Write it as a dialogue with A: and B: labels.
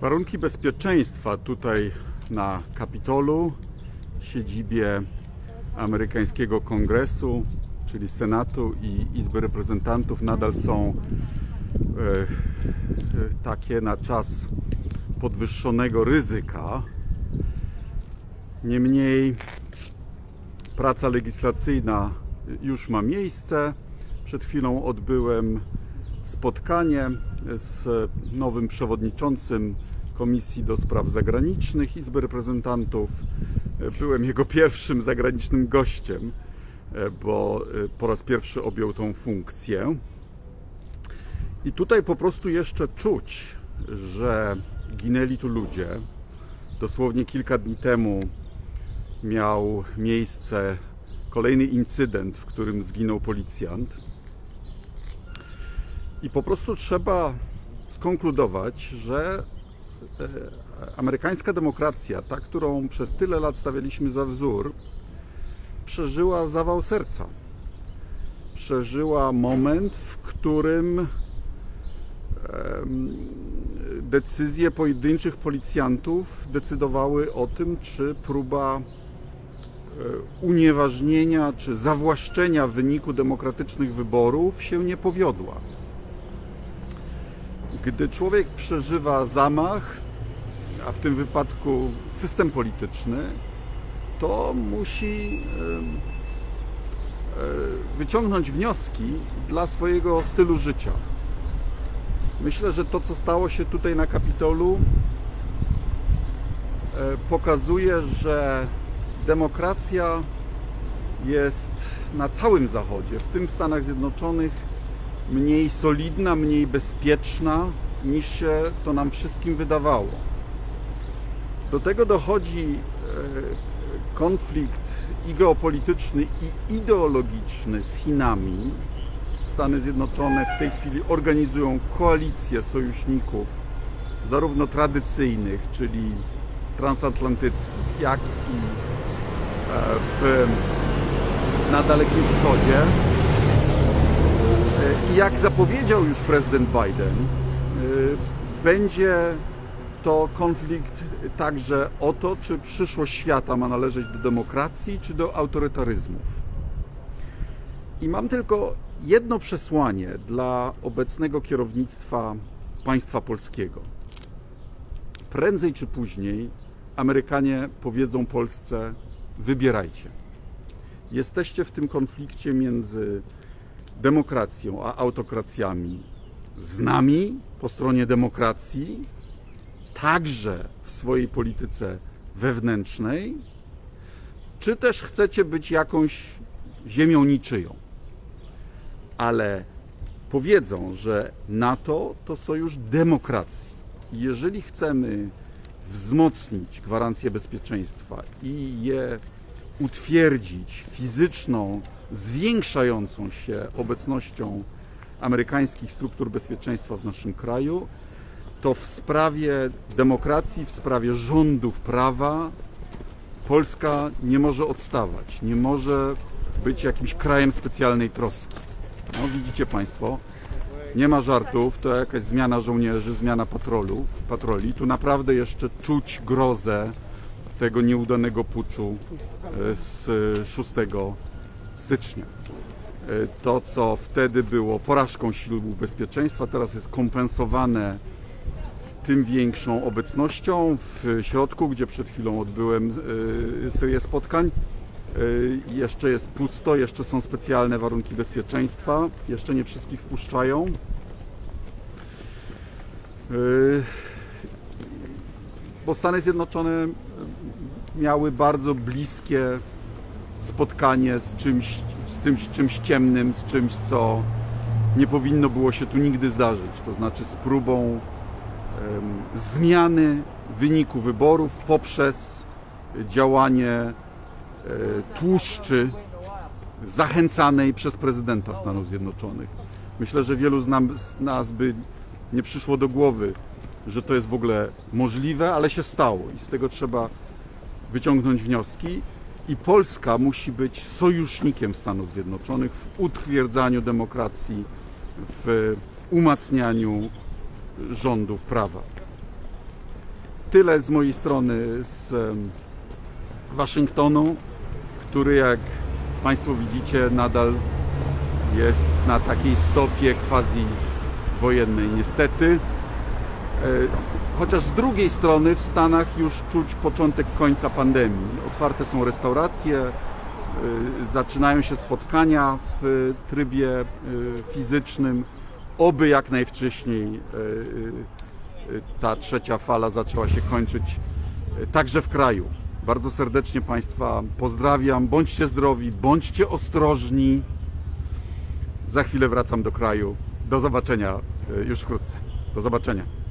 A: Warunki bezpieczeństwa tutaj na Kapitolu, siedzibie amerykańskiego Kongresu, czyli Senatu i Izby Reprezentantów, nadal są takie na czas podwyższonego ryzyka. Niemniej praca legislacyjna już ma miejsce. Przed chwilą odbyłem spotkanie z nowym przewodniczącym Komisji do Spraw Zagranicznych Izby Reprezentantów. Byłem jego pierwszym zagranicznym gościem, bo po raz pierwszy objął tą funkcję. I tutaj po prostu jeszcze czuć, że ginęli tu ludzie. Dosłownie kilka dni temu miał miejsce kolejny incydent, w którym zginął policjant. I po prostu trzeba skonkludować, że amerykańska demokracja, ta, którą przez tyle lat stawialiśmy za wzór, przeżyła zawał serca. Przeżyła moment, w którym decyzje pojedynczych policjantów decydowały o tym, czy próba unieważnienia czy zawłaszczenia wyniku demokratycznych wyborów się nie powiodła. Gdy człowiek przeżywa zamach, a w tym wypadku system polityczny, to musi wyciągnąć wnioski dla swojego stylu życia. Myślę, że to, co stało się tutaj na Kapitolu, pokazuje, że demokracja jest na całym Zachodzie, w tym w Stanach Zjednoczonych, mniej solidna, mniej bezpieczna, niż się to nam wszystkim wydawało. Do tego dochodzi konflikt i geopolityczny, i ideologiczny z Chinami. Stany Zjednoczone w tej chwili organizują koalicję sojuszników, zarówno tradycyjnych, czyli transatlantyckich, jak i na Dalekim Wschodzie. I jak zapowiedział już prezydent Biden, będzie to konflikt także o to, czy przyszłość świata ma należeć do demokracji, czy do autorytaryzmów. I mam tylko jedno przesłanie dla obecnego kierownictwa państwa polskiego. Prędzej czy później Amerykanie powiedzą Polsce: wybierajcie. Jesteście w tym konflikcie między demokracją a autokracjami z nami po stronie demokracji, także w swojej polityce wewnętrznej, czy też chcecie być jakąś ziemią niczyją. Ale powiedzą, że NATO to sojusz demokracji. Jeżeli chcemy wzmocnić gwarancje bezpieczeństwa i je utwierdzić fizyczną, zwiększającą się obecnością amerykańskich struktur bezpieczeństwa w naszym kraju, to w sprawie demokracji, w sprawie rządów prawa Polska nie może odstawać, nie może być jakimś krajem specjalnej troski. No, widzicie Państwo, nie ma żartów, to jakaś zmiana żołnierzy, zmiana patroli. Tu naprawdę jeszcze czuć grozę tego nieudanego puczu z 6 stycznia. To, co wtedy było porażką sił bezpieczeństwa, teraz jest kompensowane tym większą obecnością w środku, gdzie przed chwilą odbyłem serię spotkań. Jeszcze jest pusto, jeszcze są specjalne warunki bezpieczeństwa, jeszcze nie wszystkich wpuszczają. Bo Stany Zjednoczone miały bardzo bliskie spotkanie z czymś ciemnym, z czymś, co nie powinno było się tu nigdy zdarzyć. To znaczy z próbą zmiany wyniku wyborów poprzez działanie tłuszczy zachęcanej przez prezydenta Stanów Zjednoczonych. Myślę, że wielu z nas by nie przyszło do głowy, że to jest w ogóle możliwe, ale się stało i z tego trzeba wyciągnąć wnioski. I Polska musi być sojusznikiem Stanów Zjednoczonych w utwierdzaniu demokracji, w umacnianiu rządów prawa. tyle z mojej strony z Waszyngtonu, który, jak Państwo widzicie, nadal jest na takiej stopie quasi wojennej niestety. Chociaż z drugiej strony w Stanach już czuć początek końca pandemii. Otwarte są restauracje, zaczynają się spotkania w trybie fizycznym. Oby jak najwcześniej ta trzecia fala zaczęła się kończyć także w kraju. Bardzo serdecznie Państwa pozdrawiam. Bądźcie zdrowi, bądźcie ostrożni. Za chwilę wracam do kraju. Do zobaczenia już wkrótce. Do zobaczenia.